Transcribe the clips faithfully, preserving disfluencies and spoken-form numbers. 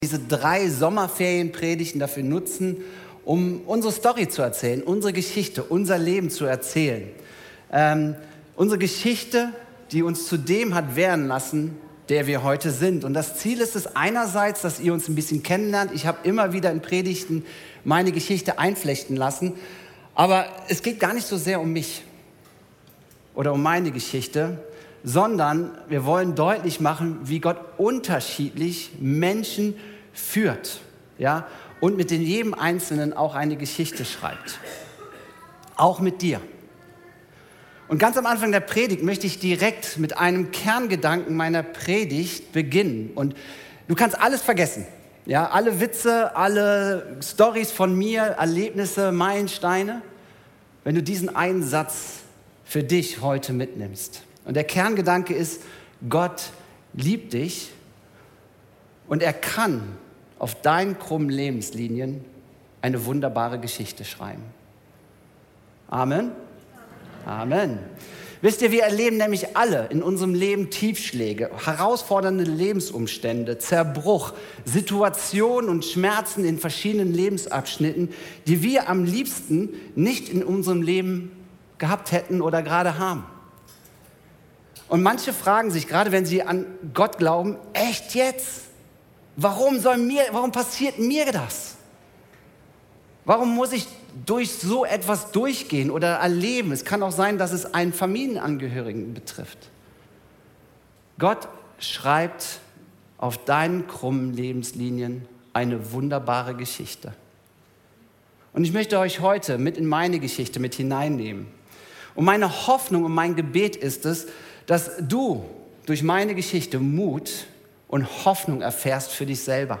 diese drei Sommerferienpredigten dafür nutzen, um unsere Story zu erzählen, unsere Geschichte, unser Leben zu erzählen. Ähm, unsere Geschichte, die uns zu dem hat werden lassen, der wir heute sind. Und das Ziel ist es einerseits, dass ihr uns ein bisschen kennenlernt. Ich habe immer wieder in Predigten meine Geschichte einflechten lassen. Aber es geht gar nicht so sehr um mich oder um meine Geschichte, sondern wir wollen deutlich machen, wie Gott unterschiedlich Menschen führt, ja, und mit den jedem Einzelnen auch eine Geschichte schreibt. Auch mit dir. Und ganz am Anfang der Predigt möchte ich direkt mit einem Kerngedanken meiner Predigt beginnen. Und du kannst alles vergessen. Ja, alle Witze, alle Storys von mir, Erlebnisse, Meilensteine, wenn du diesen einen Satz für dich heute mitnimmst. Und der Kerngedanke ist, Gott liebt dich und er kann auf deinen krummen Lebenslinien eine wunderbare Geschichte schreiben. Amen. Amen. Wisst ihr, wir erleben nämlich alle in unserem Leben Tiefschläge, herausfordernde Lebensumstände, Zerbruch, Situationen und Schmerzen in verschiedenen Lebensabschnitten, die wir am liebsten nicht in unserem Leben gehabt hätten oder gerade haben. Und manche fragen sich, gerade wenn sie an Gott glauben, echt jetzt? Warum soll mir, warum passiert mir das? Warum muss ich durch so etwas durchgehen oder erleben? Es kann auch sein, dass es einen Familienangehörigen betrifft. Gott schreibt auf deinen krummen Lebenslinien eine wunderbare Geschichte. Und ich möchte euch heute mit in meine Geschichte mit hineinnehmen. Und meine Hoffnung und mein Gebet ist es, dass du durch meine Geschichte Mut und Hoffnung erfährst für dich selber.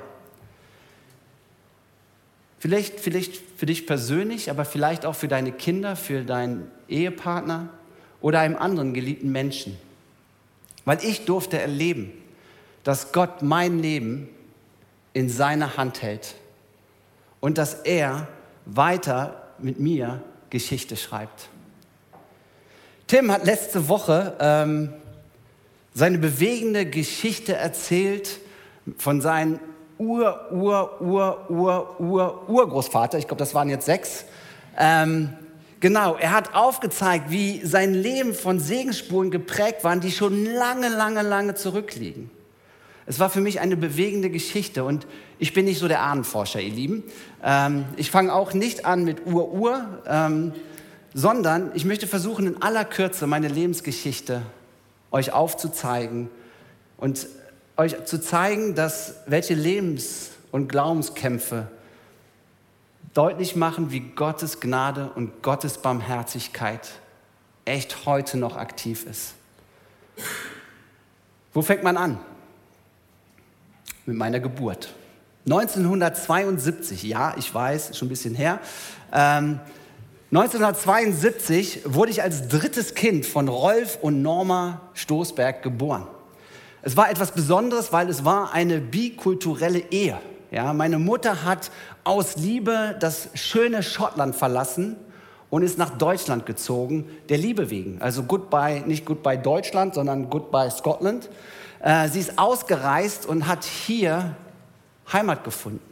Vielleicht, vielleicht für dich persönlich, aber vielleicht auch für deine Kinder, für deinen Ehepartner oder einem anderen geliebten Menschen. Weil ich durfte erleben, dass Gott mein Leben in seiner Hand hält und dass er weiter mit mir Geschichte schreibt. Tim hat letzte Woche ähm, seine bewegende Geschichte erzählt von seinem Ur, Ur, Ur, Ur, Ur, Urgroßvater. Ich glaube, das waren jetzt sechs. Ähm, genau, er hat aufgezeigt, wie sein Leben von Segensspuren geprägt waren, die schon lange, lange, lange zurückliegen. Es war für mich eine bewegende Geschichte und ich bin nicht so der Ahnenforscher, ihr Lieben. Ähm, ich fange auch nicht an mit Ur, Ur, ähm, sondern ich möchte versuchen, in aller Kürze meine Lebensgeschichte euch aufzuzeigen und euch zu zeigen, dass welche Lebens- und Glaubenskämpfe deutlich machen, wie Gottes Gnade und Gottes Barmherzigkeit echt heute noch aktiv ist. Wo fängt man an? Mit meiner Geburt. neunzehnhundertzweiundsiebzig, ja, ich weiß, schon ein bisschen her. Ähm, neunzehnhundertzweiundsiebzig wurde ich als drittes Kind von Rolf und Norma Stoßberg geboren. Es war etwas Besonderes, weil es war eine bikulturelle Ehe. Ja, meine Mutter hat aus Liebe das schöne Schottland verlassen und ist nach Deutschland gezogen, der Liebe wegen. Also goodbye, nicht goodbye Deutschland, sondern goodbye Scotland. Äh, sie ist ausgereist und hat hier Heimat gefunden.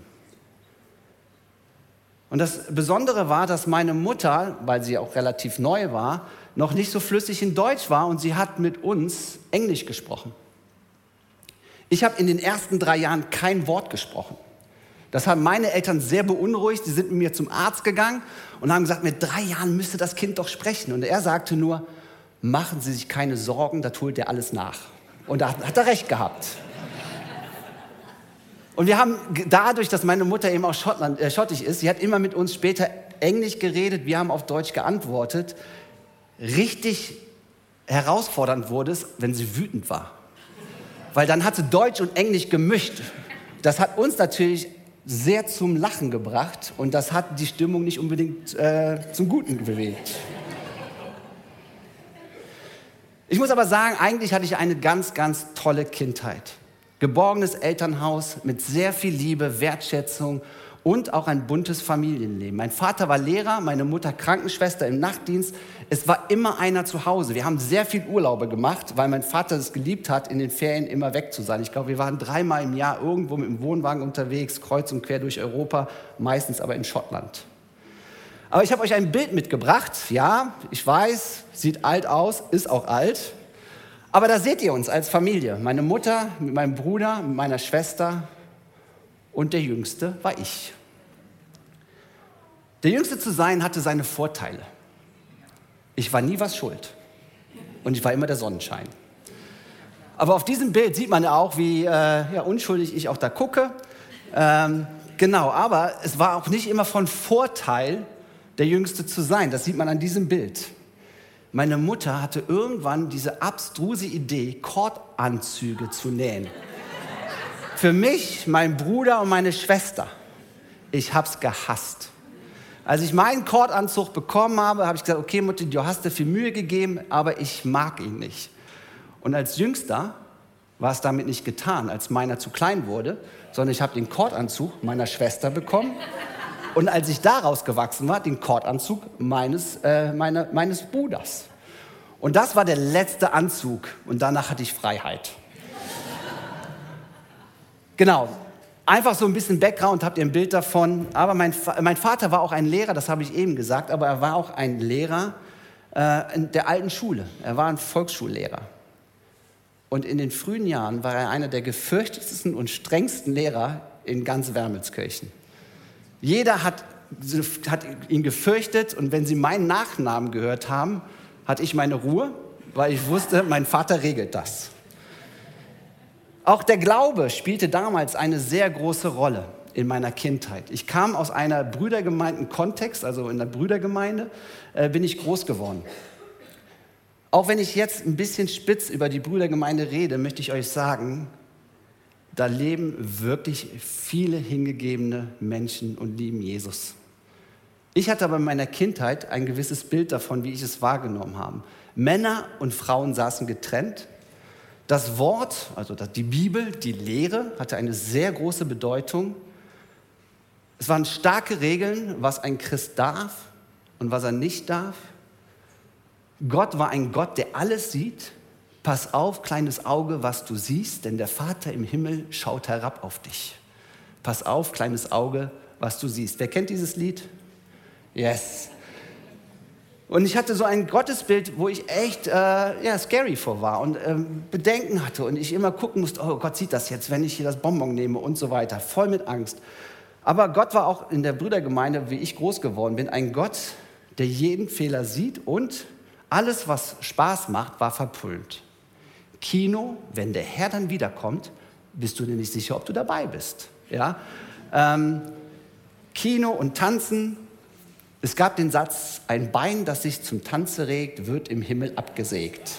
Und das Besondere war, dass meine Mutter, weil sie auch relativ neu war, noch nicht so flüssig in Deutsch war und sie hat mit uns Englisch gesprochen. Ich habe in den ersten drei Jahren kein Wort gesprochen. Das haben meine Eltern sehr beunruhigt. Sie sind mit mir zum Arzt gegangen und haben gesagt, mit drei Jahren müsste das Kind doch sprechen. Und er sagte nur, machen Sie sich keine Sorgen, das holt er alles nach. Und da hat er recht gehabt. Und wir haben dadurch, dass meine Mutter eben auch Schottland, äh, schottisch ist, sie hat immer mit uns später Englisch geredet, wir haben auf Deutsch geantwortet. Richtig herausfordernd wurde es, wenn sie wütend war. Weil dann hat sie Deutsch und Englisch gemischt. Das hat uns natürlich sehr zum Lachen gebracht und das hat die Stimmung nicht unbedingt äh, zum Guten bewegt. Ich muss aber sagen, eigentlich hatte ich eine ganz, ganz tolle Kindheit. Geborgenes Elternhaus mit sehr viel Liebe, Wertschätzung und auch ein buntes Familienleben. Mein Vater war Lehrer, meine Mutter Krankenschwester im Nachtdienst. Es war immer einer zu Hause. Wir haben sehr viel Urlaube gemacht, weil mein Vater es geliebt hat, in den Ferien immer weg zu sein. Ich glaube, wir waren dreimal im Jahr irgendwo mit dem Wohnwagen unterwegs, kreuz und quer durch Europa, meistens aber in Schottland. Aber ich habe euch ein Bild mitgebracht. Ja, ich weiß, sieht alt aus, ist auch alt. Aber da seht ihr uns als Familie. Meine Mutter mit meinem Bruder, mit meiner Schwester und der Jüngste war ich. Der Jüngste zu sein hatte seine Vorteile. Ich war nie was schuld und ich war immer der Sonnenschein. Aber auf diesem Bild sieht man ja auch, wie äh, ja, unschuldig ich auch da gucke. Ähm, genau, aber es war auch nicht immer von Vorteil, der Jüngste zu sein. Das sieht man an diesem Bild. Meine Mutter hatte irgendwann diese abstruse Idee, Kordanzüge zu nähen. Für mich, meinen Bruder und meine Schwester. Ich habe es gehasst. Als ich meinen Kordanzug bekommen habe, habe ich gesagt, okay Mutter, du hast dir viel Mühe gegeben, aber ich mag ihn nicht. Und als Jüngster war es damit nicht getan, als meiner zu klein wurde, sondern ich habe den Kordanzug meiner Schwester bekommen. Und als ich daraus gewachsen war, den Kordanzug meines, äh, meine, meines Bruders. Und das war der letzte Anzug. Und danach hatte ich Freiheit. Genau. Einfach so ein bisschen Background, habt ihr ein Bild davon. Aber mein, mein Vater war auch ein Lehrer, das habe ich eben gesagt. Aber er war auch ein Lehrer äh, in der alten Schule. Er war ein Volksschullehrer. Und in den frühen Jahren war er einer der gefürchtetsten und strengsten Lehrer in ganz Wermelskirchen. Jeder hat, hat ihn gefürchtet und wenn sie meinen Nachnamen gehört haben, hatte ich meine Ruhe, weil ich wusste, mein Vater regelt das. Auch der Glaube spielte damals eine sehr große Rolle in meiner Kindheit. Ich kam aus einer Brüdergemeinden-Kontext, also in der Brüdergemeinde, äh, bin ich groß geworden. Auch wenn ich jetzt ein bisschen spitz über die Brüdergemeinde rede, möchte ich euch sagen, da leben wirklich viele hingegebene Menschen und lieben Jesus. Ich hatte aber in meiner Kindheit ein gewisses Bild davon, wie ich es wahrgenommen habe. Männer und Frauen saßen getrennt. Das Wort, also die Bibel, die Lehre, hatte eine sehr große Bedeutung. Es waren starke Regeln, was ein Christ darf und was er nicht darf. Gott war ein Gott, der alles sieht. Pass auf, kleines Auge, was du siehst, denn der Vater im Himmel schaut herab auf dich. Pass auf, kleines Auge, was du siehst. Wer kennt dieses Lied? Yes. Und ich hatte so ein Gottesbild, wo ich echt äh, ja, scary vor war und ähm, Bedenken hatte und ich immer gucken musste, oh Gott sieht das jetzt, wenn ich hier das Bonbon nehme und so weiter, voll mit Angst. Aber Gott war auch in der Brüdergemeinde, wie ich groß geworden bin, ein Gott, der jeden Fehler sieht und alles, was Spaß macht, war verpönt. Kino, wenn der Herr dann wiederkommt, bist du dir nicht sicher, ob du dabei bist. Ja? Ähm, Kino und Tanzen. Es gab den Satz, ein Bein, das sich zum Tanze regt, wird im Himmel abgesägt.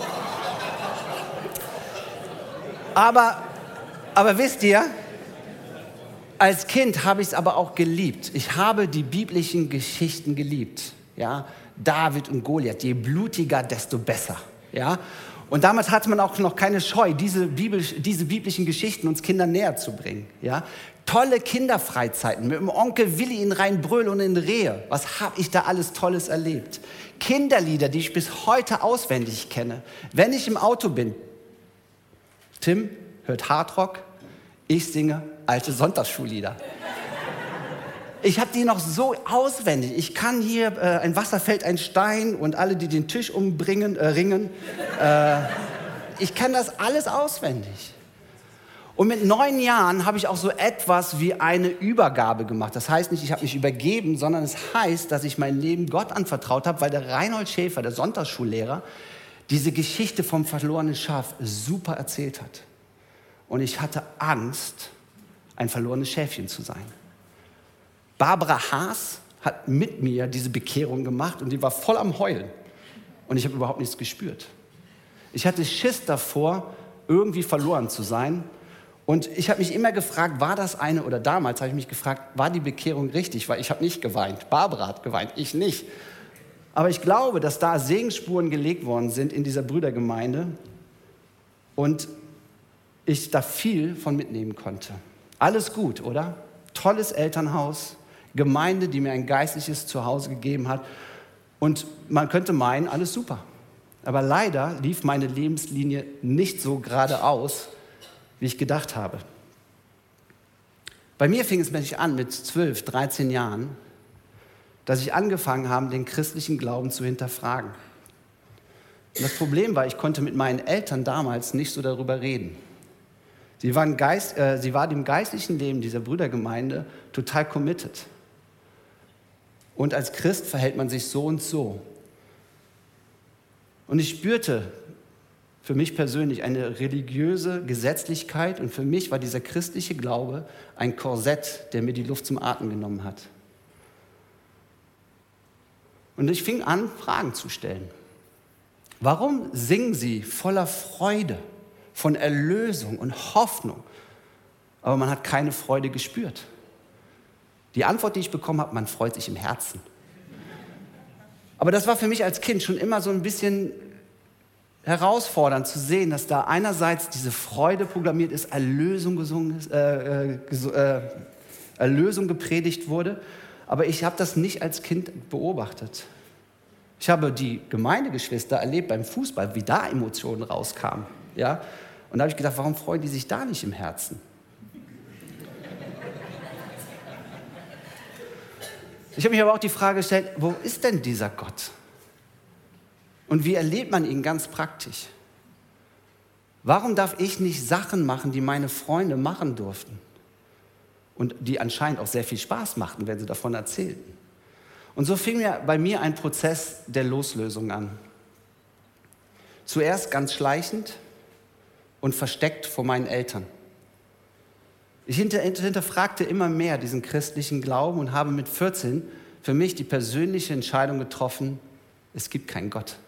Aber, aber wisst ihr, als Kind habe ich es aber auch geliebt. Ich habe die biblischen Geschichten geliebt. Ja? David und Goliath, je blutiger, desto besser. Ja? Und damals hatte man auch noch keine Scheu, diese, Bibel, diese biblischen Geschichten uns Kindern näher zu bringen. Ja? Tolle Kinderfreizeiten mit dem Onkel Willi in Rheinbröl und in Rehe. Was habe ich da alles Tolles erlebt? Kinderlieder, die ich bis heute auswendig kenne. Wenn ich im Auto bin, Tim hört Hardrock, ich singe alte Sonntagsschullieder. Ich habe die noch so auswendig. Ich kann hier äh, ein Wasser fällt ein Stein und alle, die den Tisch umbringen, äh, ringen. Äh, ich kann das alles auswendig. Und mit neun Jahren habe ich auch so etwas wie eine Übergabe gemacht. Das heißt nicht, ich habe mich übergeben, sondern es heißt, dass ich mein Leben Gott anvertraut habe, weil der Reinhold Schäfer, der Sonntagsschullehrer, diese Geschichte vom verlorenen Schaf super erzählt hat. Und ich hatte Angst, ein verlorenes Schäfchen zu sein. Barbara Haas hat mit mir diese Bekehrung gemacht und die war voll am Heulen. Und ich habe überhaupt nichts gespürt. Ich hatte Schiss davor, irgendwie verloren zu sein. Und ich habe mich immer gefragt, war das eine, oder damals habe ich mich gefragt, war die Bekehrung richtig? Weil ich habe nicht geweint. Barbara hat geweint, ich nicht. Aber ich glaube, dass da Segensspuren gelegt worden sind in dieser Brüdergemeinde und ich da viel von mitnehmen konnte. Alles gut, oder? tolles Elternhaus, Gemeinde, die mir ein geistliches Zuhause gegeben hat. Und man könnte meinen, alles super. Aber leider lief meine Lebenslinie nicht so geradeaus, wie ich gedacht habe. Bei mir fing es nämlich an mit zwölf, dreizehn Jahren, dass ich angefangen habe, den christlichen Glauben zu hinterfragen. Und das Problem war, ich konnte mit meinen Eltern damals nicht so darüber reden. Sie waren, Geist, äh, sie war dem geistlichen Leben dieser Brüdergemeinde total committed. Und als Christ verhält man sich so und so. Und ich spürte für mich persönlich eine religiöse Gesetzlichkeit und für mich war dieser christliche Glaube ein Korsett, der mir die Luft zum Atmen genommen hat. Und ich fing an, Fragen zu stellen. Warum singen sie voller Freude von Erlösung und Hoffnung, aber man hat keine Freude gespürt? Die Antwort, die ich bekommen habe, man freut sich im Herzen. Aber das war für mich als Kind schon immer so ein bisschen herausfordernd zu sehen, dass da einerseits diese Freude programmiert ist, Erlösung, gesungen ist, äh, äh, Erlösung gepredigt wurde, aber ich habe das nicht als Kind beobachtet. Ich habe die Gemeindegeschwister erlebt beim Fußball, wie da Emotionen rauskamen. Ja? Und da habe ich gedacht, warum freuen die sich da nicht im Herzen? Ich habe mich aber auch die Frage gestellt, wo ist denn dieser Gott? Und wie erlebt man ihn ganz praktisch? Warum darf ich nicht Sachen machen, die meine Freunde machen durften? Und die anscheinend auch sehr viel Spaß machten, wenn sie davon erzählten. Und so fing mir bei mir ein Prozess der Loslösung an. Zuerst ganz schleichend und versteckt vor meinen Eltern. Ich hinter, hinterfragte immer mehr diesen christlichen Glauben und habe mit vierzehn für mich die persönliche Entscheidung getroffen, es gibt keinen Gott.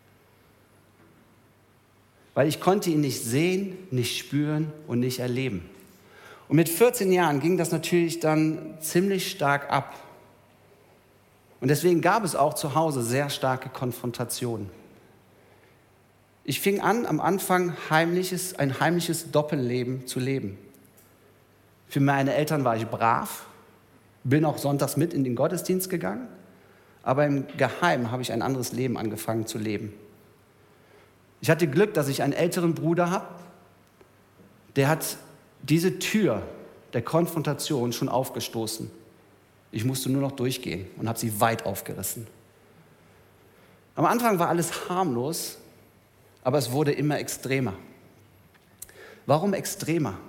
Weil ich konnte ihn nicht sehen, nicht spüren und nicht erleben. Und mit vierzehn Jahren ging das natürlich dann ziemlich stark ab. Und deswegen gab es auch zu Hause sehr starke Konfrontationen. Ich fing an, am Anfang heimliches, ein heimliches Doppelleben zu leben. Für meine Eltern war ich brav, bin auch sonntags mit in den Gottesdienst gegangen, aber im Geheimen habe ich ein anderes Leben angefangen zu leben. Ich hatte Glück, dass ich einen älteren Bruder habe, der hat diese Tür der Konfrontation schon aufgestoßen. Ich musste nur noch durchgehen und habe sie weit aufgerissen. Am Anfang war alles harmlos, aber es wurde immer extremer. Warum extremer?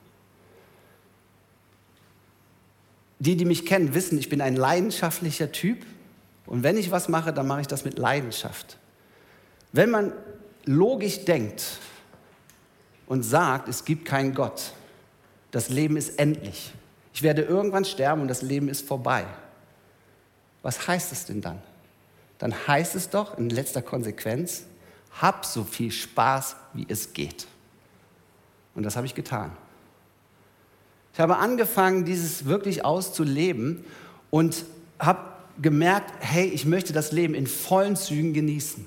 Die, die mich kennen, wissen, ich bin ein leidenschaftlicher Typ und wenn ich was mache, dann mache ich das mit Leidenschaft. Wenn man logisch denkt und sagt, es gibt keinen Gott, das Leben ist endlich, ich werde irgendwann sterben und das Leben ist vorbei. Was heißt es denn dann? Dann heißt es doch in letzter Konsequenz, hab so viel Spaß, wie es geht. Und das habe ich getan. Ich habe angefangen, dieses wirklich auszuleben und habe gemerkt, hey, ich möchte das Leben in vollen Zügen genießen.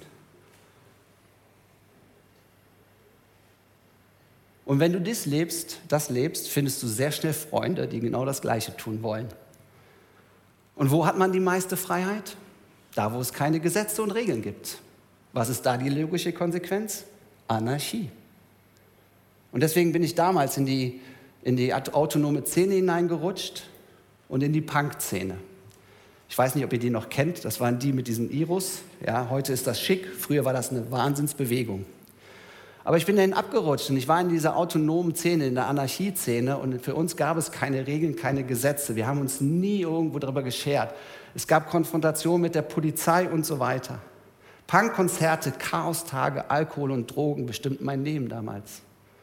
Und wenn du das lebst, das lebst, findest du sehr schnell Freunde, die genau das Gleiche tun wollen. Und wo hat man die meiste Freiheit? Da, wo es keine Gesetze und Regeln gibt. Was ist da die logische Konsequenz? Anarchie. Und deswegen bin ich damals in die, in die autonome Szene hineingerutscht und in die Punk-Szene. Ich weiß nicht, ob ihr die noch kennt, das waren die mit diesen Iros. Ja, heute ist das schick, früher war das eine Wahnsinnsbewegung. Aber ich bin dahin abgerutscht und ich war in dieser autonomen Szene, in der Anarchie-Szene und für uns gab es keine Regeln, keine Gesetze. Wir haben uns nie irgendwo darüber geschert. Es gab Konfrontationen mit der Polizei und so weiter. Punkkonzerte, Chaostage, Alkohol und Drogen bestimmten mein Leben damals.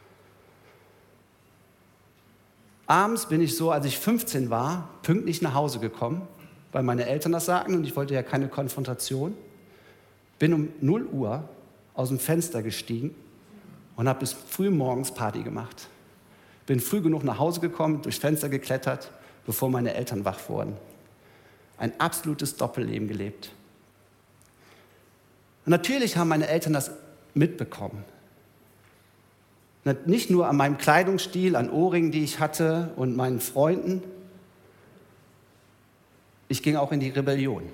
Abends bin ich so, als ich fünfzehn war, pünktlich nach Hause gekommen, weil meine Eltern das sagten und ich wollte ja keine Konfrontation. Bin um null Uhr aus dem Fenster gestiegen und habe bis früh morgens Party gemacht. Bin früh genug nach Hause gekommen, durchs Fenster geklettert, bevor meine Eltern wach wurden. Ein absolutes Doppelleben gelebt. Und natürlich haben meine Eltern das mitbekommen. Nicht nur an meinem Kleidungsstil, an Ohrringen, die ich hatte und meinen Freunden, ich ging auch in die Rebellion.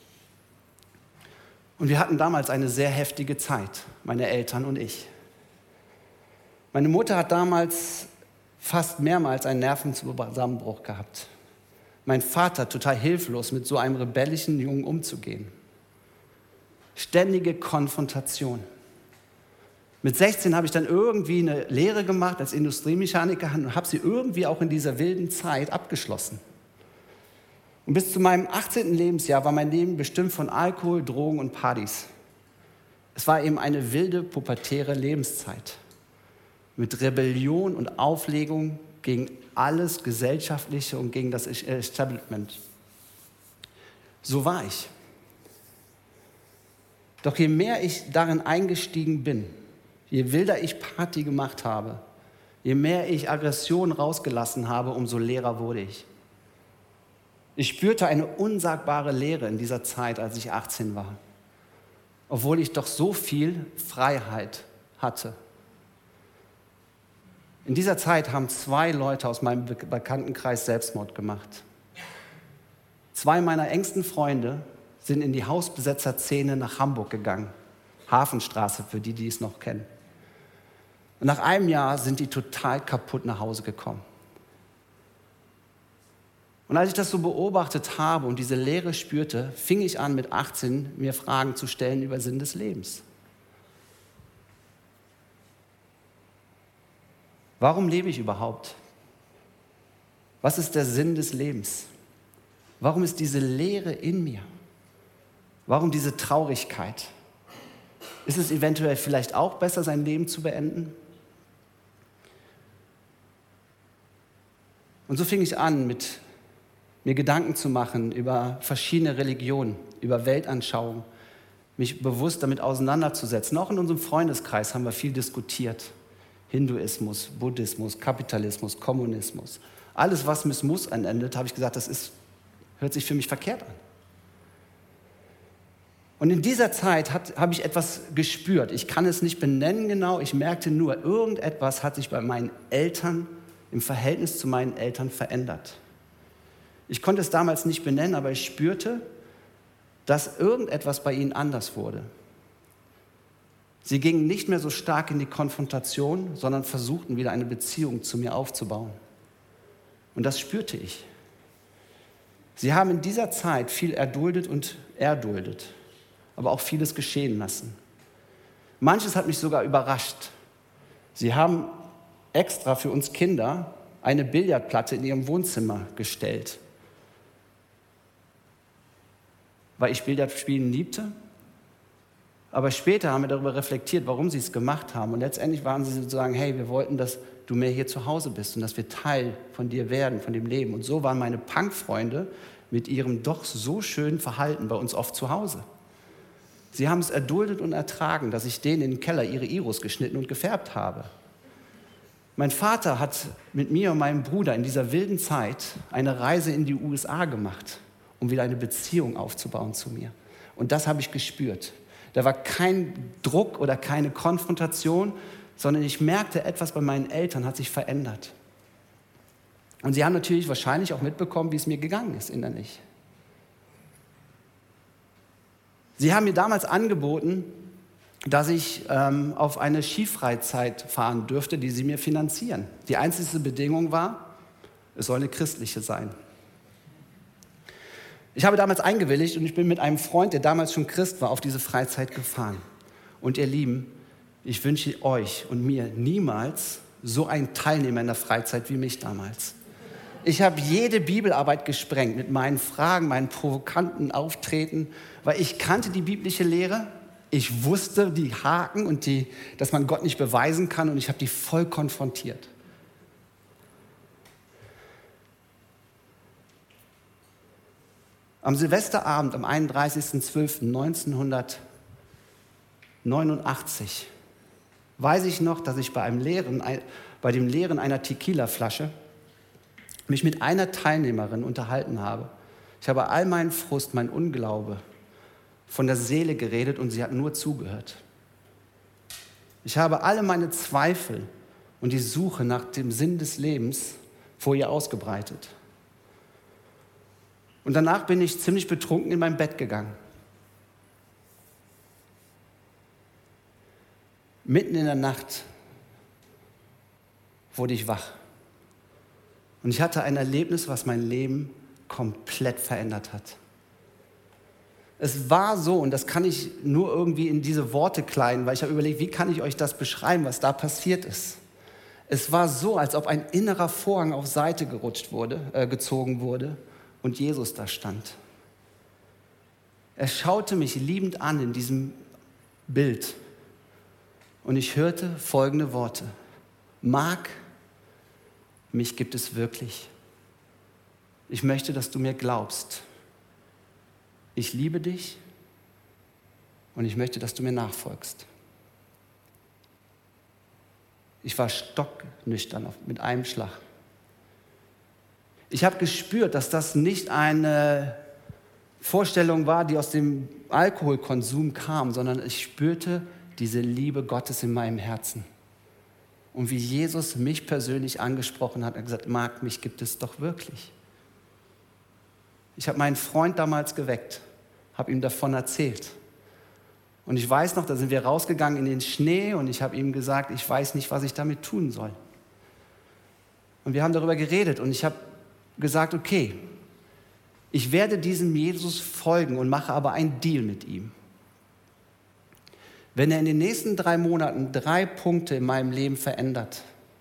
Und wir hatten damals eine sehr heftige Zeit, meine Eltern und ich. Meine Mutter hat damals fast mehrmals einen Nervenzusammenbruch gehabt. Mein Vater total hilflos, mit so einem rebellischen Jungen umzugehen. Ständige Konfrontation. Mit sechzehn habe ich dann irgendwie eine Lehre gemacht als Industriemechaniker und habe sie irgendwie auch in dieser wilden Zeit abgeschlossen. Und bis zu meinem achtzehnten Lebensjahr war mein Leben bestimmt von Alkohol, Drogen und Partys. Es war eben eine wilde, pubertäre Lebenszeit mit Rebellion und Auflegung gegen alles Gesellschaftliche und gegen das Establishment. So war ich. Doch je mehr ich darin eingestiegen bin, je wilder ich Party gemacht habe, je mehr ich Aggression rausgelassen habe, umso leerer wurde ich. Ich spürte eine unsagbare Leere in dieser Zeit, als ich achtzehn war, obwohl ich doch so viel Freiheit hatte. In dieser Zeit haben zwei Leute aus meinem Bekanntenkreis Selbstmord gemacht. Zwei meiner engsten Freunde sind in die Hausbesetzerszene nach Hamburg gegangen. Hafenstraße, für die, die es noch kennen. Und nach einem Jahr sind die total kaputt nach Hause gekommen. Und als ich das so beobachtet habe und diese Leere spürte, fing ich an, mit achtzehn mir Fragen zu stellen über Sinn des Lebens. Warum lebe ich überhaupt? Was ist der Sinn des Lebens? Warum ist diese Leere in mir? Warum diese Traurigkeit? Ist es eventuell vielleicht auch besser, sein Leben zu beenden? Und so fing ich an, mit mir Gedanken zu machen über verschiedene Religionen, über Weltanschauungen, mich bewusst damit auseinanderzusetzen. Auch in unserem Freundeskreis haben wir viel diskutiert. Hinduismus, Buddhismus, Kapitalismus, Kommunismus. Alles, was mit Muss endet, habe ich gesagt, das ist, hört sich für mich verkehrt an. Und in dieser Zeit habe ich etwas gespürt. Ich kann es nicht benennen genau, ich merkte nur, irgendetwas hat sich bei meinen Eltern im Verhältnis zu meinen Eltern verändert. Ich konnte es damals nicht benennen, aber ich spürte, dass irgendetwas bei ihnen anders wurde. Sie gingen nicht mehr so stark in die Konfrontation, sondern versuchten wieder eine Beziehung zu mir aufzubauen. Und das spürte ich. Sie haben in dieser Zeit viel erduldet und erduldet, aber auch vieles geschehen lassen. Manches hat mich sogar überrascht. Sie haben extra für uns Kinder eine Billardplatte in ihrem Wohnzimmer gestellt, weil ich Billard spielen liebte. Aber später haben wir darüber reflektiert, warum sie es gemacht haben. Und letztendlich waren sie sozusagen, hey, wir wollten, dass du mehr hier zu Hause bist und dass wir Teil von dir werden, von dem Leben. Und so waren meine Punk-Freunde mit ihrem doch so schönen Verhalten bei uns oft zu Hause. Sie haben es erduldet und ertragen, dass ich denen in den Keller ihre Iros geschnitten und gefärbt habe. Mein Vater hat mit mir und meinem Bruder in dieser wilden Zeit eine Reise in die U S A gemacht, um wieder eine Beziehung aufzubauen zu mir. Und das habe ich gespürt. Da war kein Druck oder keine Konfrontation, sondern ich merkte, etwas bei meinen Eltern hat sich verändert. Und sie haben natürlich wahrscheinlich auch mitbekommen, wie es mir gegangen ist innerlich. Sie haben mir damals angeboten, dass ich ähm, auf eine Skifreizeit fahren dürfte, die sie mir finanzieren. Die einzige Bedingung war, es soll eine christliche sein. Ich habe damals eingewilligt und ich bin mit einem Freund, der damals schon Christ war, auf diese Freizeit gefahren. Und ihr Lieben, ich wünsche euch und mir niemals so einen Teilnehmer in der Freizeit wie mich damals. Ich habe jede Bibelarbeit gesprengt mit meinen Fragen, meinen provokanten Auftreten, weil ich kannte die biblische Lehre. Ich wusste die Haken und die, dass man Gott nicht beweisen kann, und ich habe die voll konfrontiert. Am Silvesterabend, am einunddreißigsten zwölften neunzehnhundertneunundachtzig, weiß ich noch, dass ich bei, einem Leeren, bei dem Leeren einer Tequila-Flasche mich mit einer Teilnehmerin unterhalten habe. Ich habe all meinen Frust, mein Unglaube von der Seele geredet und sie hat nur zugehört. Ich habe alle meine Zweifel und die Suche nach dem Sinn des Lebens vor ihr ausgebreitet. Und danach bin ich ziemlich betrunken in mein Bett gegangen. Mitten in der Nacht wurde ich wach. Und ich hatte ein Erlebnis, was mein Leben komplett verändert hat. Es war so, und das kann ich nur irgendwie in diese Worte kleiden, weil ich habe überlegt, wie kann ich euch das beschreiben, was da passiert ist. Es war so, als ob ein innerer Vorhang auf Seite gerutscht wurde, äh, gezogen wurde und Jesus da stand. Er schaute mich liebend an in diesem Bild und ich hörte folgende Worte: Marc, mich gibt es wirklich. Ich möchte, dass du mir glaubst. Ich liebe dich und ich möchte, dass du mir nachfolgst. Ich war stocknüchtern mit einem Schlag. Ich habe gespürt, dass das nicht eine Vorstellung war, die aus dem Alkoholkonsum kam, sondern ich spürte diese Liebe Gottes in meinem Herzen. Und wie Jesus mich persönlich angesprochen hat, er hat gesagt, Marc, mich gibt es doch wirklich. Ich habe meinen Freund damals geweckt, habe ihm davon erzählt. Und ich weiß noch, da sind wir rausgegangen in den Schnee und ich habe ihm gesagt, ich weiß nicht, was ich damit tun soll. Und wir haben darüber geredet und ich habe gesagt, okay, ich werde diesem Jesus folgen und mache aber einen Deal mit ihm. Wenn er in den nächsten drei Monaten drei Punkte in meinem Leben verändert,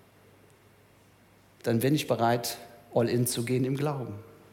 dann bin ich bereit, all in zu gehen im Glauben.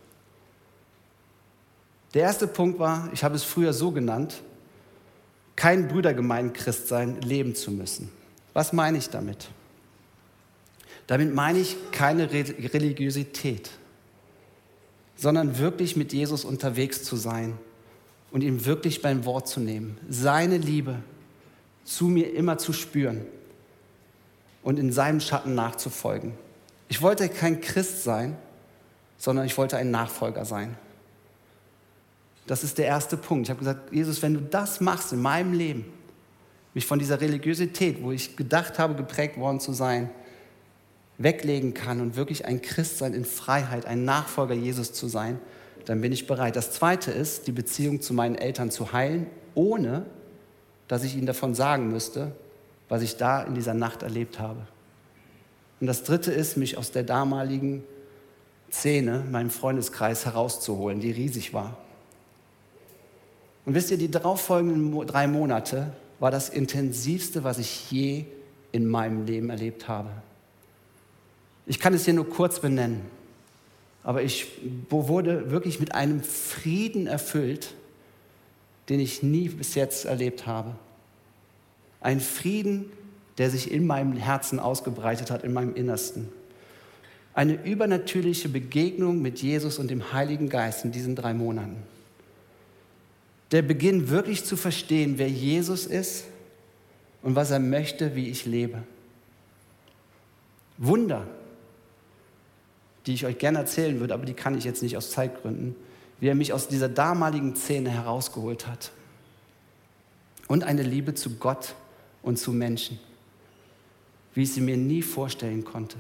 Der erste Punkt war, ich habe es früher so genannt, kein Brüdergemeinden-Christsein leben zu müssen. Was meine ich damit? Damit meine ich keine Re- Religiosität, sondern wirklich mit Jesus unterwegs zu sein und ihn wirklich beim Wort zu nehmen, seine Liebe zu mir immer zu spüren und in seinem Schatten nachzufolgen. Ich wollte kein Christ sein, sondern ich wollte ein Nachfolger sein. Das ist der erste Punkt. Ich habe gesagt, Jesus, wenn du das machst in meinem Leben, mich von dieser Religiosität, wo ich gedacht habe, geprägt worden zu sein, weglegen kann und wirklich ein Christ sein in Freiheit, ein Nachfolger Jesus zu sein, dann bin ich bereit. Das Zweite ist, die Beziehung zu meinen Eltern zu heilen, ohne dass ich ihnen davon sagen müsste, was ich da in dieser Nacht erlebt habe. Und das Dritte ist, mich aus der damaligen Szene, meinem Freundeskreis herauszuholen, die riesig war. Und wisst ihr, die darauffolgenden drei Monate war das intensivste, was ich je in meinem Leben erlebt habe. Ich kann es hier nur kurz benennen, aber ich wurde wirklich mit einem Frieden erfüllt, den ich nie bis jetzt erlebt habe. Ein Frieden, der sich in meinem Herzen ausgebreitet hat, in meinem Innersten. Eine übernatürliche Begegnung mit Jesus und dem Heiligen Geist in diesen drei Monaten. Der Beginn wirklich zu verstehen, wer Jesus ist und was er möchte, wie ich lebe. Wunder, die ich euch gerne erzählen würde, aber die kann ich jetzt nicht aus Zeitgründen, wie er mich aus dieser damaligen Szene herausgeholt hat. Und eine Liebe zu Gott und zu Menschen, wie ich sie mir nie vorstellen konnte.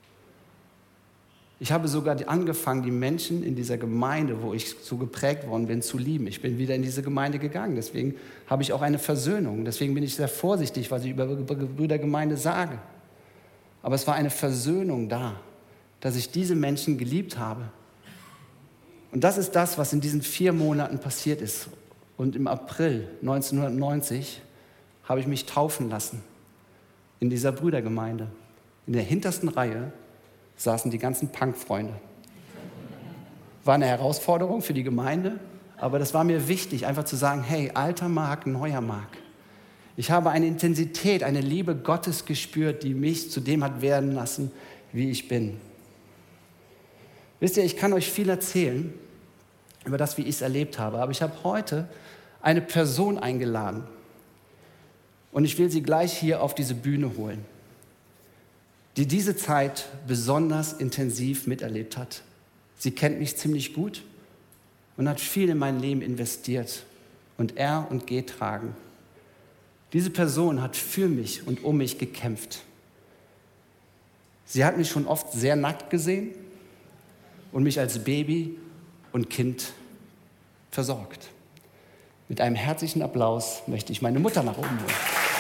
Ich habe sogar angefangen, die Menschen in dieser Gemeinde, wo ich so geprägt worden bin, zu lieben. Ich bin wieder in diese Gemeinde gegangen, deswegen habe ich auch eine Versöhnung. Deswegen bin ich sehr vorsichtig, was ich über Brüdergemeinde sage. Aber es war eine Versöhnung da, dass ich diese Menschen geliebt habe. Und das ist das, was in diesen vier Monaten passiert ist. Und im April neunzehnhundertneunzig habe ich mich taufen lassen in dieser Brüdergemeinde. In der hintersten Reihe saßen die ganzen Punk-Freunde. War eine Herausforderung für die Gemeinde, aber das war mir wichtig, einfach zu sagen, hey, alter Marc, neuer Marc. Ich habe eine Intensität, eine Liebe Gottes gespürt, die mich zu dem hat werden lassen, wie ich bin. Wisst ihr, ich kann euch viel erzählen über das, wie ich es erlebt habe, aber ich habe heute eine Person eingeladen und ich will sie gleich hier auf diese Bühne holen, die diese Zeit besonders intensiv miterlebt hat. Sie kennt mich ziemlich gut und hat viel in mein Leben investiert und er und getragen. Diese Person hat für mich und um mich gekämpft. Sie hat mich schon oft sehr nackt gesehen und mich als Baby und Kind versorgt. Mit einem herzlichen Applaus möchte ich meine Mutter nach oben holen.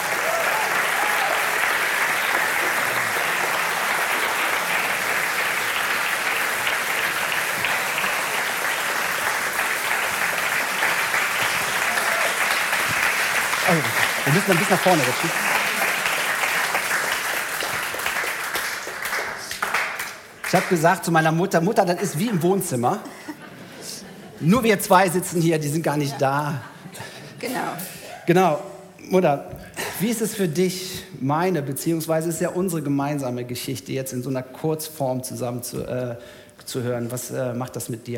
Oh, wir müssen ein bisschen nach vorne rutschen. Ich habe gesagt zu meiner Mutter, Mutter, das ist wie im Wohnzimmer. Nur wir zwei sitzen hier, die sind gar nicht da. Genau. Genau. Mutter, wie ist es für dich, meine, beziehungsweise ist ja unsere gemeinsame Geschichte jetzt in so einer Kurzform zusammen zu, äh, zu hören? Was äh, macht das mit dir?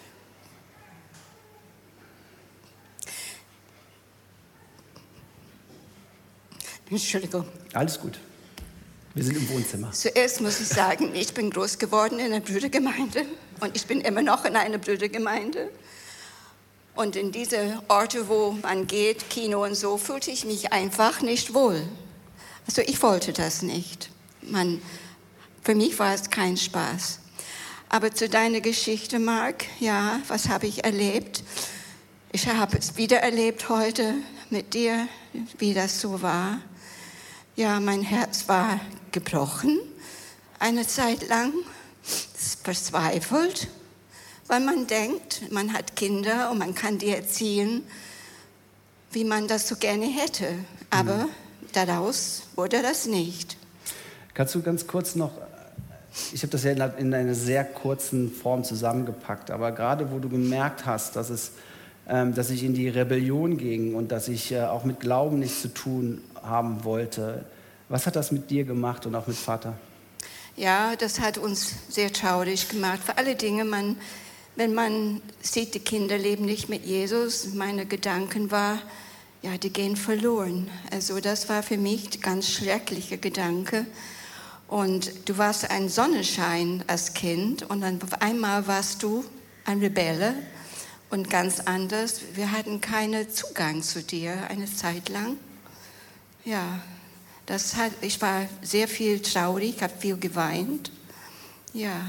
Entschuldigung. Alles gut. Wir sind im Wohnzimmer. Zuerst muss ich sagen, ich bin groß geworden in einer Brüdergemeinde und ich bin immer noch in einer Brüdergemeinde. Und in diese Orte, wo man geht, Kino und so, fühlte ich mich einfach nicht wohl. Also ich wollte das nicht. Man, für mich war es kein Spaß. Aber zu deiner Geschichte, Mark, ja, was habe ich erlebt? Ich habe es wieder erlebt heute mit dir, wie das so war. Ja, mein Herz war gebrochen, eine Zeit lang, verzweifelt, weil man denkt, man hat Kinder und man kann die erziehen, wie man das so gerne hätte. Aber mhm. daraus wurde das nicht. Kannst du ganz kurz noch, ich habe das ja in einer sehr kurzen Form zusammengepackt, aber gerade wo du gemerkt hast, dass es dass ich in die Rebellion ging und dass ich auch mit Glauben nichts zu tun haben wollte. Was hat das mit dir gemacht und auch mit Vater? Ja, das hat uns sehr traurig gemacht. Für alle Dinge, man, wenn man sieht, die Kinder leben nicht mit Jesus, meine Gedanken waren, ja, die gehen verloren. Also das war für mich ein ganz schrecklicher Gedanke. Und du warst ein Sonnenschein als Kind und dann auf einmal warst du ein Rebelle. Und ganz anders, wir hatten keinen Zugang zu dir eine Zeit lang. Ja, das hat, ich war sehr viel traurig, habe viel geweint. Ja,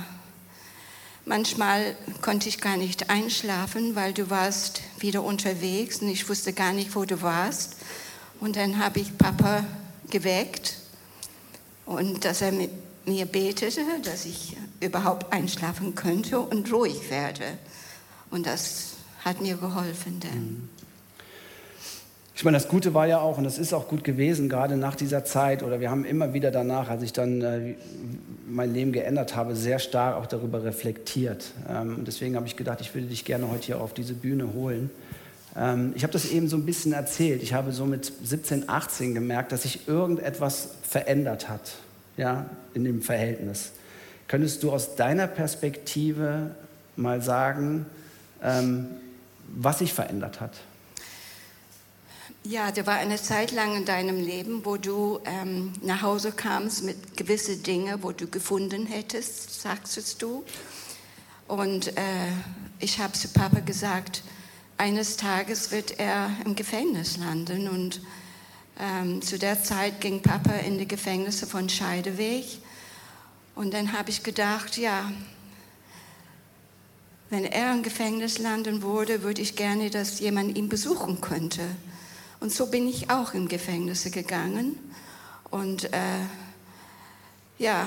manchmal konnte ich gar nicht einschlafen, weil du warst wieder unterwegs und ich wusste gar nicht, wo du warst. Und dann habe ich Papa geweckt und dass er mit mir betete, dass ich überhaupt einschlafen könnte und ruhig werde. Und das hat mir geholfen dann. Ich meine, das Gute war ja auch, und das ist auch gut gewesen, gerade nach dieser Zeit, oder wir haben immer wieder danach, als ich dann äh, mein Leben geändert habe, sehr stark auch darüber reflektiert. Ähm, und deswegen habe ich gedacht, ich würde dich gerne heute hier auf diese Bühne holen. Ähm, ich habe das eben so ein bisschen erzählt. Ich habe so mit siebzehn, achtzehn gemerkt, dass sich irgendetwas verändert hat, ja, in dem Verhältnis. Könntest du aus deiner Perspektive mal sagen, ähm, was sich verändert hat? Ja, da war eine Zeit lang in deinem Leben, wo du ähm, nach Hause kamst mit gewissen Dingen, wo du gefunden hättest, sagst du. Und äh, ich habe zu Papa gesagt, eines Tages wird er im Gefängnis landen. Und ähm, zu der Zeit ging Papa in die Gefängnisse von Scheideweg. Und dann habe ich gedacht, ja, wenn er im Gefängnis landen würde, würde ich gerne, dass jemand ihn besuchen könnte. Und so bin ich auch in Gefängnisse gegangen. Und äh, ja,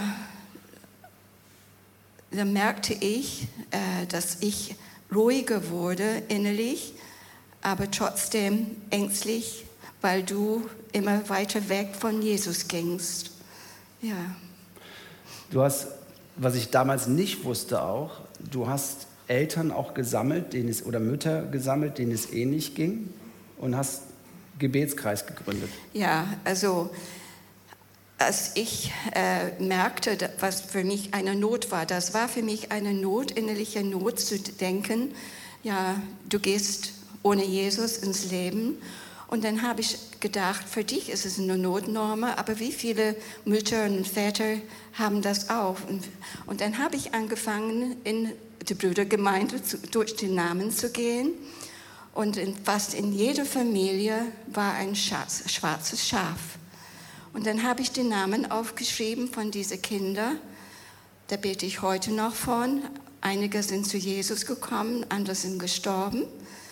dann merkte ich, äh, dass ich ruhiger wurde innerlich, aber trotzdem ängstlich, weil du immer weiter weg von Jesus gingst. Ja. Du hast, was ich damals nicht wusste auch, du hast Eltern auch gesammelt, denen es, oder Mütter gesammelt, denen es ähnlich ging, und hast Gebetskreis gegründet. Ja, also als ich äh, merkte, was für mich eine Not war, das war für mich eine Not, innerliche Not zu denken, ja, du gehst ohne Jesus ins Leben. Und dann habe ich gedacht, für dich ist es eine Notnorme, aber wie viele Mütter und Väter haben das auch? Und, und dann habe ich angefangen, in die Brüdergemeinde zu, durch den Namen zu gehen. Und in, fast in jeder Familie war ein Schatz, schwarzes Schaf. Und dann habe ich den Namen aufgeschrieben von diesen Kindern. Da bete ich heute noch von. einige sind zu Jesus gekommen, andere sind gestorben.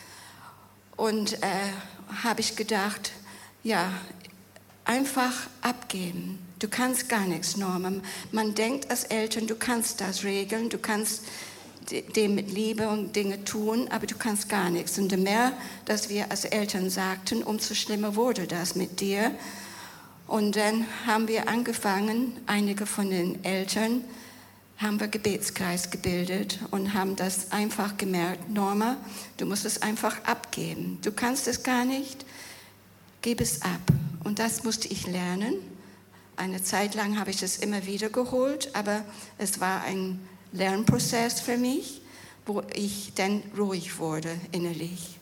Und äh, habe ich gedacht, ja, einfach abgeben. Du kannst gar nichts, Norma. Man denkt als Eltern, du kannst das regeln, du kannst dem mit Liebe und Dinge tun, aber du kannst gar nichts. Und je mehr, dass wir als Eltern sagten, umso schlimmer wurde das mit dir. Und dann haben wir angefangen, einige von den Eltern haben wir Gebetskreis gebildet und haben das einfach gemerkt, Norma, du musst es einfach abgeben. Du kannst es gar nicht, gib es ab. Und das musste ich lernen. Eine Zeit lang habe ich es immer wieder geholt, aber es war ein Lernprozess für mich, wo ich dann ruhig wurde innerlich.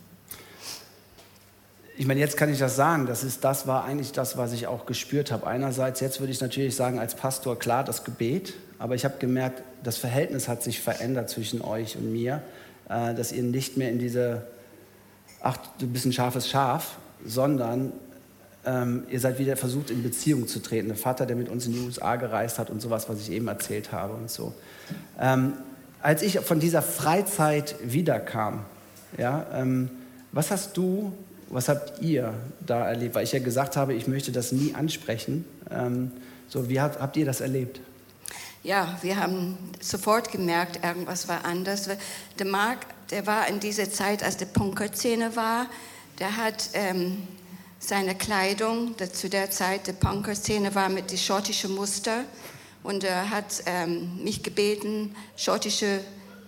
Ich meine, jetzt kann ich das sagen, das, ist, das war eigentlich das, was ich auch gespürt habe. Einerseits, jetzt würde ich natürlich sagen, als Pastor, klar, das Gebet, aber ich habe gemerkt, das Verhältnis hat sich verändert zwischen euch und mir, äh, dass ihr nicht mehr in diese, ach, du bist ein scharfes Schaf, sondern ähm, ihr seid wieder versucht, in Beziehung zu treten. Der Vater, der mit uns in die U S A gereist hat und sowas, was ich eben erzählt habe und so. Ähm, als ich von dieser Freizeit wiederkam, ja, ähm, was hast du, was habt ihr da erlebt? Weil ich ja gesagt habe, ich möchte das nie ansprechen. Ähm, so, wie habt, habt ihr das erlebt? Ja, wir haben sofort gemerkt, irgendwas war anders. Der Mark, der war in dieser Zeit, als die Punker-Szene war, der hat ähm, seine Kleidung, der, zu der Zeit die Punker-Szene war mit den schottischen Muster, und er hat ähm, mich gebeten, schottische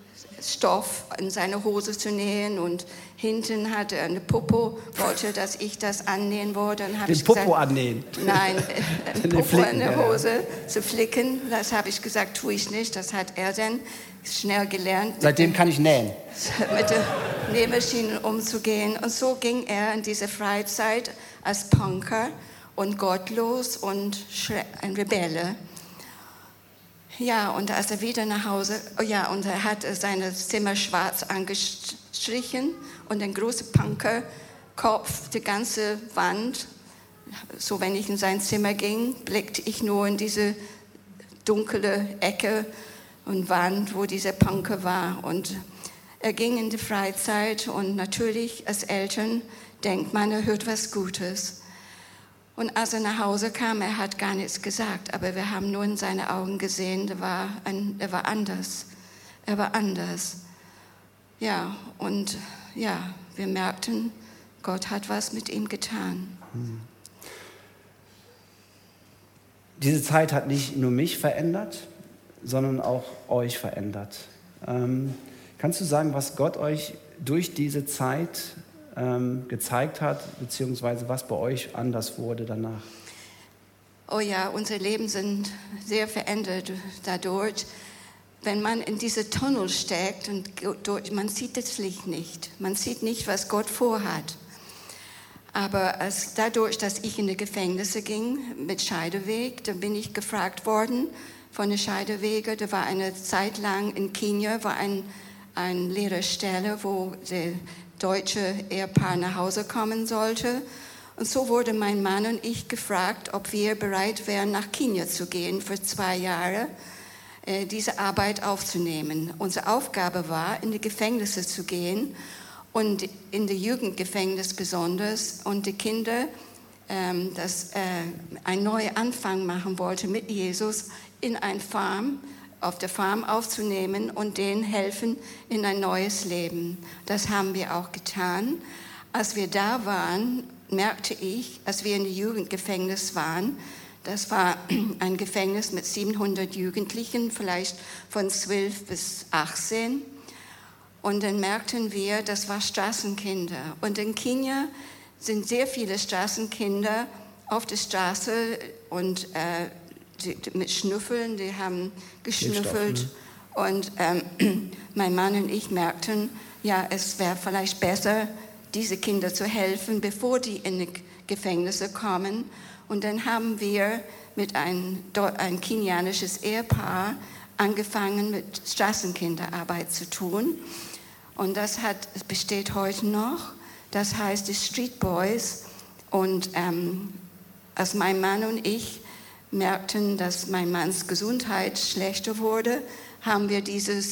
Stoff in seine Hose zu nähen, und hinten hatte er eine Popo, wollte, dass ich das annähen wollte. Dann Den ich Popo gesagt, annähen? Nein, eine Popo Flicken, in der ja. Hose zu flicken. Das habe ich gesagt, tue ich nicht. Das hat er dann schnell gelernt. Seitdem kann ich nähen. Mit der Nähmaschine umzugehen. Und so ging er in diese Freizeit als Punker und gottlos und ein Rebelle. Ja, und als er wieder nach Hause, oh ja, und er hat sein Zimmer schwarz angestrichen und ein großer Punkerkopf, die ganze Wand. So, wenn ich in sein Zimmer ging, blickte ich nur in diese dunkle Ecke und Wand, wo dieser Punker war. Und er ging in die Freizeit, und natürlich als Eltern denkt man, er hört was Gutes. Und als er nach Hause kam, er hat gar nichts gesagt, aber wir haben nur in seine Augen gesehen, er war, ein, er war anders. Er war anders. Ja, und ja, wir merkten, Gott hat was mit ihm getan. Diese Zeit hat nicht nur mich verändert, sondern auch euch verändert. Ähm, kannst du sagen, was Gott euch durch diese Zeit ähm, gezeigt hat, beziehungsweise was bei euch anders wurde danach? Oh ja, unsere Leben sind sehr verändert dadurch. Wenn man in diese Tunnel steckt und durch, man sieht das Licht nicht, man sieht nicht, was Gott vorhat. Aber als, dadurch, dass ich in die Gefängnisse ging mit Scheideweg, dann bin ich gefragt worden von den Scheidewegen. Da war eine Zeit lang in Kenia, war ein, eine leere Stelle, wo der deutsche Ehepaar nach Hause kommen sollte. Und so wurde mein Mann und ich gefragt, ob wir bereit wären, nach Kenia zu gehen für zwei Jahre, äh, diese Arbeit aufzunehmen. Unsere Aufgabe war, in die Gefängnisse zu gehen, und in die Jugendgefängnis besonders, und die Kinder, ähm, das äh, einen neuen Anfang machen wollte mit Jesus, in eine Farm, auf der Farm aufzunehmen und denen helfen in ein neues Leben. Das haben wir auch getan. Als wir da waren, merkte ich, als wir in dem Jugendgefängnis waren, das war ein Gefängnis mit siebenhundert Jugendlichen, vielleicht von zwölf bis achtzehn. Und dann merkten wir, das war Straßenkinder. Und in Kenia sind sehr viele Straßenkinder auf der Straße und äh, die, die mit Schnüffeln, die haben geschnüffelt. Und ähm, mein Mann und ich merkten, ja, es wäre vielleicht besser, diese Kinder zu helfen, bevor die in die Gefängnisse kommen. Und dann haben wir mit einem ein kenianisches Ehepaar angefangen, mit Straßenkinderarbeit zu tun. Und das hat, besteht heute noch. Das heißt die Street Boys. Und ähm, als mein Mann und ich merkten, dass mein Manns Gesundheit schlechter wurde, haben wir dieses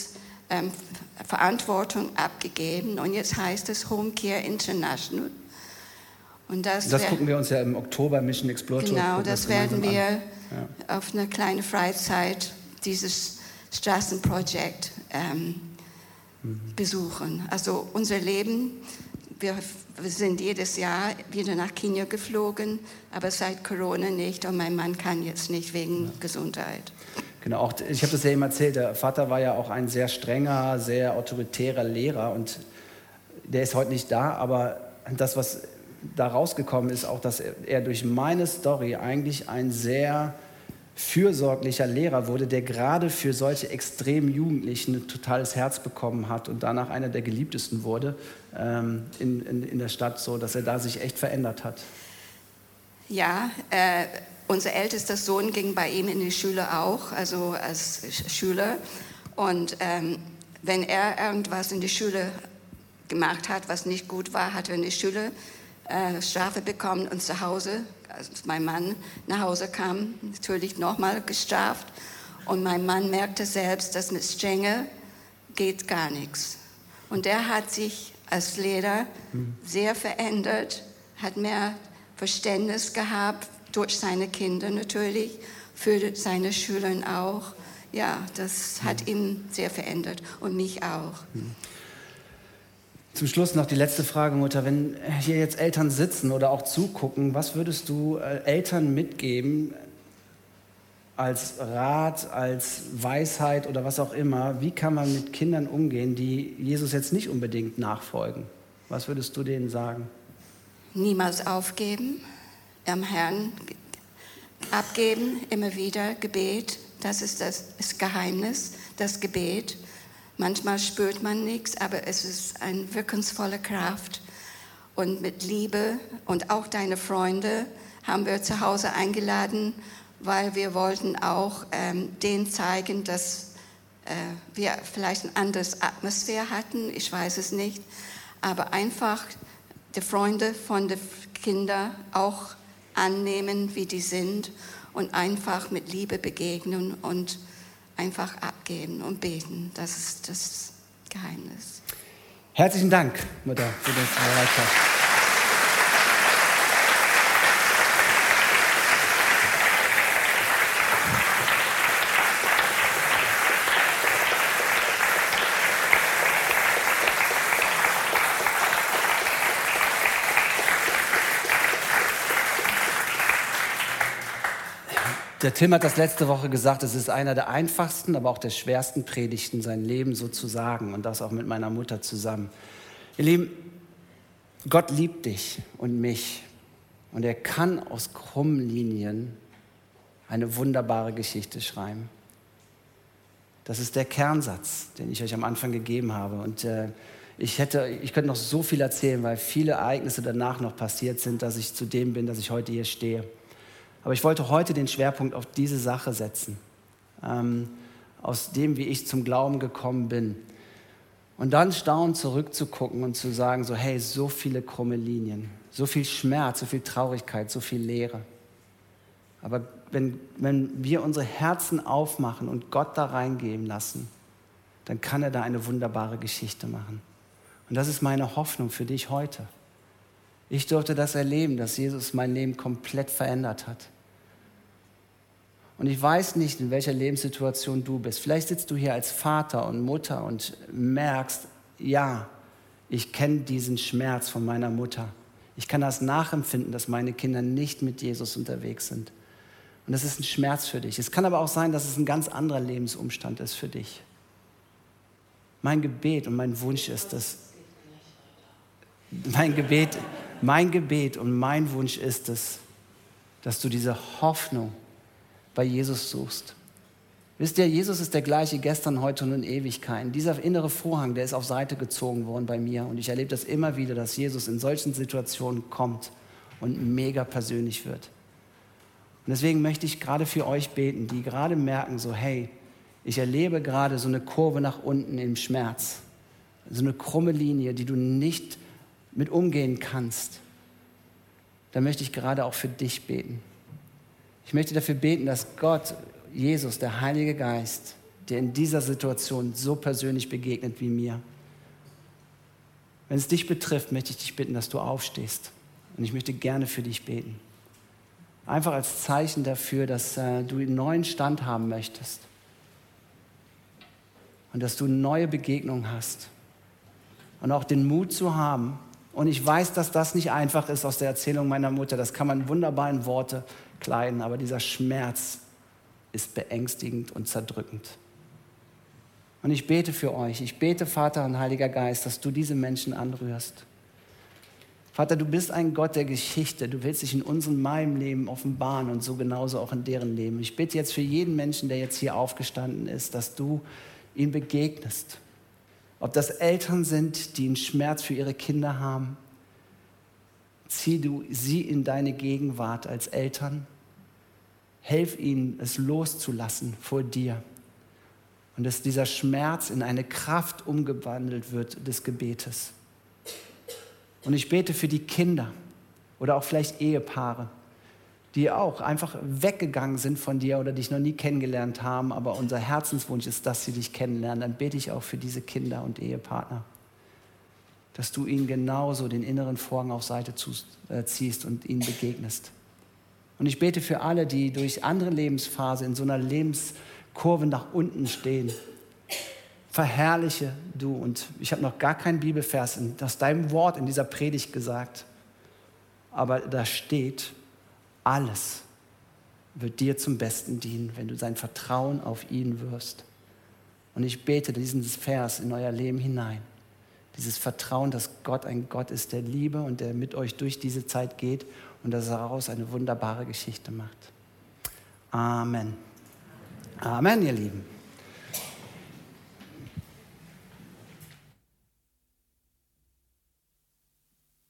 ähm, Verantwortung abgegeben und jetzt heißt es Home Care International. Und das das wär, gucken wir uns ja im Oktober Mission Explore Tour. Genau, das, das werden wir ja. auf eine kleine Freizeit dieses Straßenprojekt ähm, mhm. besuchen. Also unser Leben, wir, wir sind jedes Jahr wieder nach Kenia geflogen, aber seit Corona nicht und mein Mann kann jetzt nicht wegen ja. Gesundheit. Genau, auch, ich habe das ja eben erzählt, der Vater war ja auch ein sehr strenger, sehr autoritärer Lehrer und der ist heute nicht da, aber das, was da rausgekommen ist, auch, dass er durch meine Story eigentlich ein sehr fürsorglicher Lehrer wurde, der gerade für solche extremen Jugendlichen ein totales Herz bekommen hat und danach einer der geliebtesten wurde ähm, in, in, in der Stadt, so dass er da sich echt verändert hat. Ja, äh, unser ältester Sohn ging bei ihm in die Schule auch, also als Schüler. Und ähm, wenn er irgendwas in der Schule gemacht hat, was nicht gut war, hat er in der Schule äh, Strafe bekommen und zu Hause, als mein Mann nach Hause kam, natürlich nochmal gestraft. Und mein Mann merkte selbst, dass mit Strenge geht gar nichts. Und der hat sich als Lehrer mhm. sehr verändert, hat mehr Verständnis gehabt, durch seine Kinder natürlich, für seine Schüler auch. Ja, das hat ihn sehr verändert und mich auch. Zum Schluss noch die letzte Frage, Mutter. Wenn hier jetzt Eltern sitzen oder auch zugucken, was würdest du Eltern mitgeben als Rat, als Weisheit oder was auch immer? Wie kann man mit Kindern umgehen, die Jesus jetzt nicht unbedingt nachfolgen? Was würdest du denen sagen? Niemals aufgeben, am Herrn abgeben, immer wieder Gebet. Das ist das, das Geheimnis, das Gebet. Manchmal spürt man nichts, aber es ist eine wirkungsvolle Kraft. Und mit Liebe und auch deine Freunde haben wir zu Hause eingeladen, weil wir wollten auch ähm, denen zeigen, dass äh, wir vielleicht eine andere Atmosphäre hatten. Ich weiß es nicht. Aber einfach die Freunde von den Kindern auch annehmen, wie die sind und einfach mit Liebe begegnen und einfach abgeben und beten. Das ist das Geheimnis. Herzlichen Dank, Mutter, für das Bereitschaft. Der Tim hat das letzte Woche gesagt, es ist einer der einfachsten, aber auch der schwersten Predigten, sein Leben so zu sagen und das auch mit meiner Mutter zusammen. Ihr Lieben, Gott liebt dich und mich und er kann aus krummen Linien eine wunderbare Geschichte schreiben. Das ist der Kernsatz, den ich euch am Anfang gegeben habe und äh, ich hätte, ich könnte noch so viel erzählen, weil viele Ereignisse danach noch passiert sind, dass ich zu dem bin, dass ich heute hier stehe. Aber ich wollte heute den Schwerpunkt auf diese Sache setzen, ähm, aus dem, wie ich zum Glauben gekommen bin. Und dann staunend zurückzugucken und zu sagen, so hey, so viele krumme Linien, so viel Schmerz, so viel Traurigkeit, so viel Leere. Aber wenn, wenn wir unsere Herzen aufmachen und Gott da reingehen lassen, dann kann er da eine wunderbare Geschichte machen. Und das ist meine Hoffnung für dich heute. Ich durfte das erleben, dass Jesus mein Leben komplett verändert hat. Und ich weiß nicht, in welcher Lebenssituation du bist. Vielleicht sitzt du hier als Vater und Mutter und merkst, ja, ich kenne diesen Schmerz von meiner Mutter. Ich kann das nachempfinden, dass meine Kinder nicht mit Jesus unterwegs sind. Und das ist ein Schmerz für dich. Es kann aber auch sein, dass es ein ganz anderer Lebensumstand ist für dich. Mein Gebet und mein Wunsch ist es, mein Gebet Mein Gebet und mein Wunsch ist es, dass du diese Hoffnung bei Jesus suchst. Wisst ihr, Jesus ist der gleiche gestern, heute und in Ewigkeiten. Dieser innere Vorhang, der ist auf Seite gezogen worden bei mir. Und ich erlebe das immer wieder, dass Jesus in solchen Situationen kommt und mega persönlich wird. Und deswegen möchte ich gerade für euch beten, die gerade merken, so hey, ich erlebe gerade so eine Kurve nach unten im Schmerz. So eine krumme Linie, die du nicht mit umgehen kannst, dann möchte ich gerade auch für dich beten. Ich möchte dafür beten, dass Gott, Jesus, der Heilige Geist, der in dieser Situation so persönlich begegnet wie mir. Wenn es dich betrifft, möchte ich dich bitten, dass du aufstehst. Und ich möchte gerne für dich beten. Einfach als Zeichen dafür, dass äh, du einen neuen Stand haben möchtest. Und dass du eine neue Begegnung hast. Und auch den Mut zu haben. Und ich weiß, dass das nicht einfach ist aus der Erzählung meiner Mutter. Das kann man wunderbar in Worte kleiden. Aber dieser Schmerz ist beängstigend und zerdrückend. Und ich bete für euch. Ich bete, Vater und Heiliger Geist, dass du diese Menschen anrührst. Vater, du bist ein Gott der Geschichte. Du willst dich in unserem, meinem Leben offenbaren und so genauso auch in deren Leben. Ich bitte jetzt für jeden Menschen, der jetzt hier aufgestanden ist, dass du ihm begegnest. Ob das Eltern sind, die einen Schmerz für ihre Kinder haben, zieh du sie in deine Gegenwart als Eltern. Helf ihnen, es loszulassen vor dir. Und dass dieser Schmerz in eine Kraft umgewandelt wird des Gebetes. Und ich bete für die Kinder oder auch vielleicht Ehepaare, die auch einfach weggegangen sind von dir oder dich noch nie kennengelernt haben, aber unser Herzenswunsch ist, dass sie dich kennenlernen. Dann bete ich auch für diese Kinder und Ehepartner, dass du ihnen genauso den inneren Vorhang auf Seite ziehst und ihnen begegnest. Und ich bete für alle, die durch andere Lebensphase in so einer Lebenskurve nach unten stehen. Verherrliche du, und ich habe noch gar keinen Bibelvers aus deinem Wort in dieser Predigt gesagt, aber da steht, alles wird dir zum Besten dienen, wenn du sein Vertrauen auf ihn wirst. Und ich bete diesen Vers in euer Leben hinein, dieses Vertrauen, dass Gott ein Gott ist der Liebe und der mit euch durch diese Zeit geht und dass er daraus eine wunderbare Geschichte macht. Amen. Amen, ihr Lieben.